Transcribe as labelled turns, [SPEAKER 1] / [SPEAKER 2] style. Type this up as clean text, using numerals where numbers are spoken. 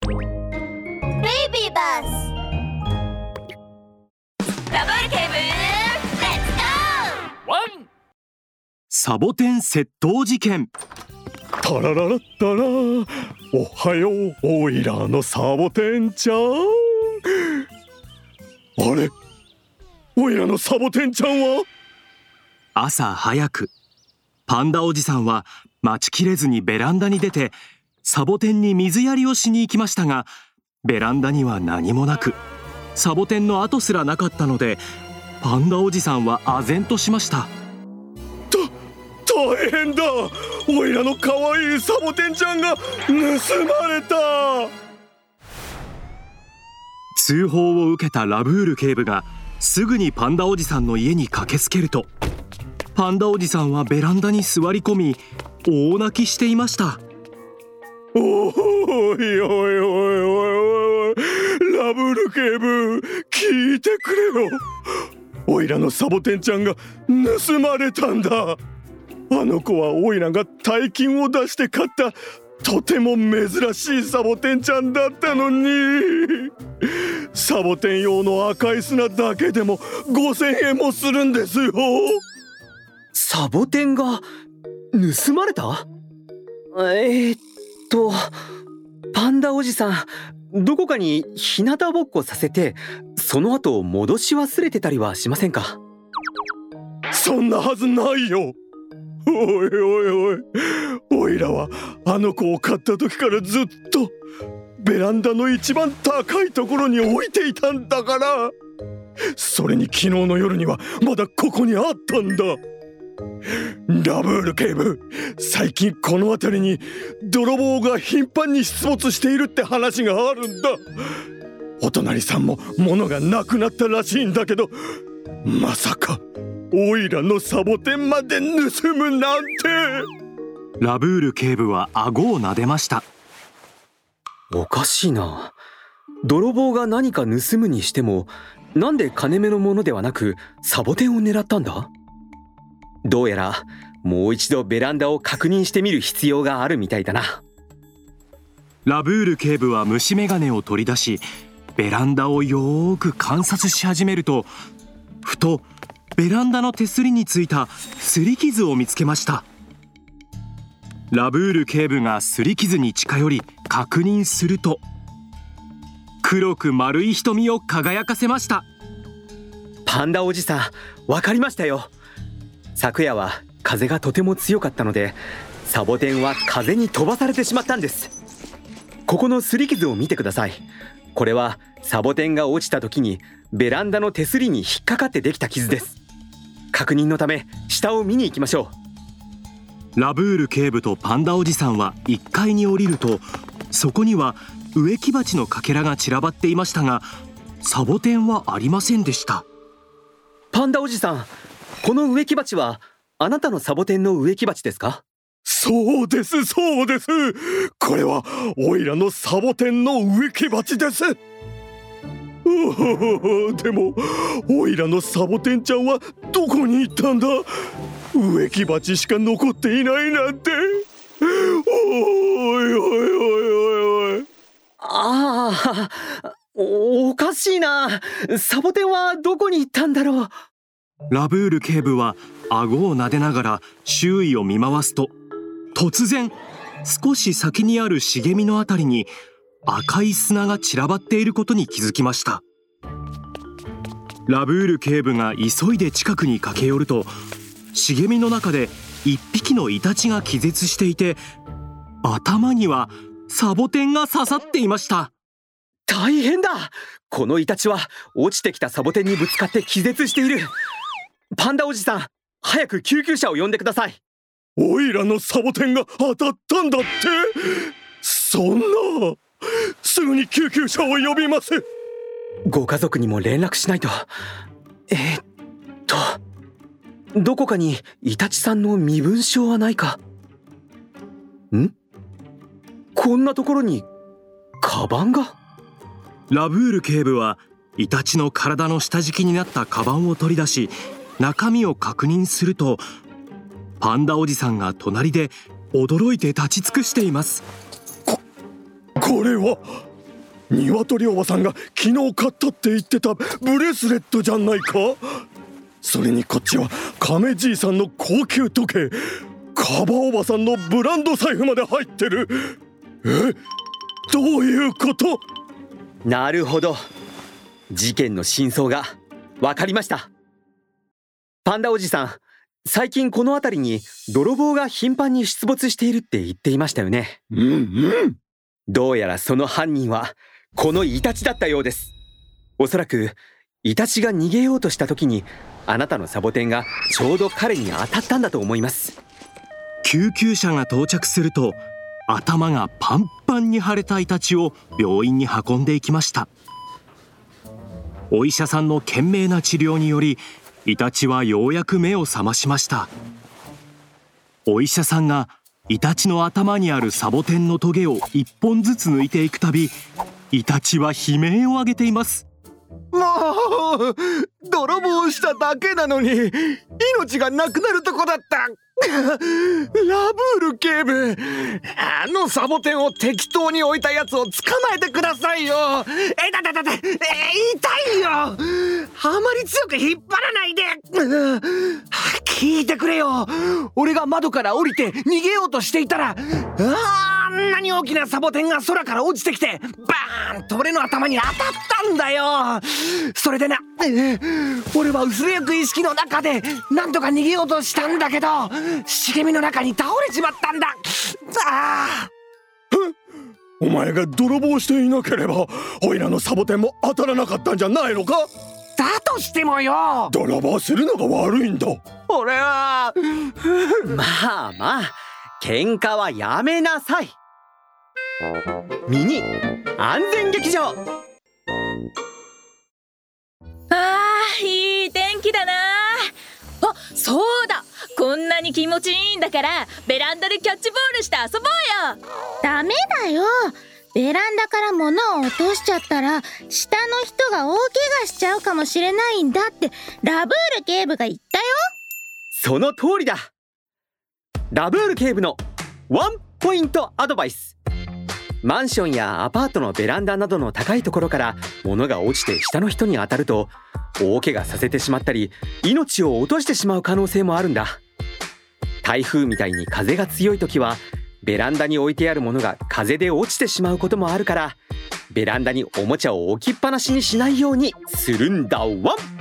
[SPEAKER 1] ベイビーバス。ダブル警部、レッツゴー。
[SPEAKER 2] ワン。
[SPEAKER 3] サボテン窃盗事件。
[SPEAKER 4] タラララッタラ、おはようオイラのサボテンちゃん。あれ、オイラのサボテンちゃんは？
[SPEAKER 3] 朝早く、パンダおじさんは待ちきれずにベランダに出てサボテンに水やりをしに行きましたが、ベランダには何もなく、サボテンの跡すらなかったので、パンダおじさんは唖然としました。
[SPEAKER 4] 大変だ、オイラの可愛いサボテンちゃんが盗まれた。
[SPEAKER 3] 通報を受けたラブール警部がすぐにパンダおじさんの家に駆けつけると、パンダおじさんはベランダに座り込み大泣きしていました。
[SPEAKER 4] おいおいおいおい、ラブール警部、聞いてくれよ。オイラのサボテンちゃんが盗まれたんだ。あの子はオイラが大金を出して買ったとても珍しいサボテンちゃんだったのに、サボテン用の赤い砂だけでも5000円もするんですよ。
[SPEAKER 5] サボテンが盗まれた？パンダおじさん、どこかに日向ぼっこさせて、その後戻し忘れてたりはしませんか？
[SPEAKER 4] そんなはずないよ。おいおいおい、オイラはあの子を買った時からずっとベランダの一番高いところに置いていたんだから。それに昨日の夜にはまだここにあったんだ。ラブール警部、最近この辺りに泥棒が頻繁に出没しているって話があるんだ。お隣さんも物がなくなったらしいんだけど、まさかオイラのサボテンまで盗むなんて。
[SPEAKER 3] ラブール警部は顎を撫でました。
[SPEAKER 5] おかしいな。泥棒が何か盗むにしても、なんで金目のものではなくサボテンを狙ったんだ？どうやらもう一度ベランダを確認してみる必要があるみたいだな。
[SPEAKER 3] ラブール警部は虫眼鏡を取り出し、ベランダをよーく観察し始めると、ふとベランダの手すりについた擦り傷を見つけました。ラブール警部が擦り傷に近寄り確認すると、黒く丸い瞳を輝かせました。
[SPEAKER 5] パンダおじさん、わかりましたよ。昨夜は風がとても強かったので、サボテンは風に飛ばされてしまったんです。ここの擦り傷を見てください。これはサボテンが落ちた時にベランダの手すりに引っかかってできた傷です。確認のため下を見に行きましょ
[SPEAKER 3] う。ラブール警部とパンダおじさんは1階に降りると、そこには植木鉢のかけらが散らばっていましたが、サボテンはありませんでした。
[SPEAKER 5] パンダおじさん、この植木鉢はあなたのサボテンの植木鉢ですか？
[SPEAKER 4] そうですそうです、これはオイラのサボテンの植木鉢です。でもオイラのサボテンちゃんはどこに行ったんだ？植木鉢しか残っていないなんて。おいおいおいおいおい。
[SPEAKER 5] ああ、おかしいな。サボテンはどこに行ったんだろう。
[SPEAKER 3] ラブール警部は顎を撫でながら周囲を見回すと、突然少し先にある茂みのあたりに赤い砂が散らばっていることに気づきました。ラブール警部が急いで近くに駆け寄ると、茂みの中で一匹のイタチが気絶していて、頭にはサボテンが刺さっていました。
[SPEAKER 5] 大変だ。このイタチは落ちてきたサボテンにぶつかって気絶している。パンダおじさん、早く救急車を呼んでください。
[SPEAKER 4] オイラのサボテンが当たったんだって？そんな、すぐに救急車を呼びます。
[SPEAKER 5] ご家族にも連絡しないと。どこかにイタチさんの身分証はないか？こんなところにカバンが。
[SPEAKER 3] ラブール警部はイタチの体の下敷きになったカバンを取り出し、中身を確認すると、パンダおじさんが隣で驚いて立ち尽くしています。
[SPEAKER 4] これは鶏おばさんが昨日買ったって言ってたブレスレットじゃないか。それにこっちは亀じいさんの高級時計、カバおばさんのブランド財布まで入ってる。どういうこと？
[SPEAKER 5] なるほど、事件の真相が分かりました。パンダおじさん、最近この辺りに泥棒が頻繁に出没しているって言っていましたよね。どうやらその犯人はこのイタチだったようです。おそらくイタチが逃げようとした時にあなたのサボテンがちょうど彼に当たったんだと思います。
[SPEAKER 3] 救急車が到着すると、頭がパンパンに腫れたイタチを病院に運んでいきました。お医者さんの懸命な治療により、イタチはようやく目を覚ましました。お医者さんがイタチの頭にあるサボテンのトゲを一本ずつ抜いていくたび、イタチは悲鳴を上げています。
[SPEAKER 2] もう泥棒しただけなのに命がなくなるとこだった。ラブール警部、あのサボテンを適当に置いたやつを捕まえてくださいよ。痛いよ。あまり強く引っ張らないで。聞いてくれよ。俺が窓から降りて逃げようとしていたら、あんなに大きなサボテンが空から落ちてきてバーンと俺の頭に当たったんだよ。それでな、俺は薄れゆく意識の中でなんとか逃げようとしたんだけど、茂みの中に倒れちまったんだ。
[SPEAKER 4] お前が泥棒していなければおいらのサボテンも当たらなかったんじゃないのか。
[SPEAKER 2] だとしてもよ、
[SPEAKER 4] 泥棒するのが悪いんだ。
[SPEAKER 2] 俺は
[SPEAKER 5] まあ喧嘩はやめなさい。ミニ安全劇場。
[SPEAKER 1] いい天気だな。あ、そうだ、こんなに気持ちいいんだからベランダでキャッチボールして遊ぼうよ。
[SPEAKER 6] ダメだよ。ベランダから物を落としちゃったら下の人が大怪我しちゃうかもしれないんだってラブール警部が言ったよ。
[SPEAKER 5] その通りだ。ラブール警部のワンポイントアドバイス。マンションやアパートのベランダなどの高いところから物が落ちて下の人に当たると大怪我させてしまったり命を落としてしまう可能性もあるんだ。台風みたいに風が強い時はベランダに置いてあるものが風で落ちてしまうこともあるから、ベランダにおもちゃを置きっぱなしにしないようにするんだワン。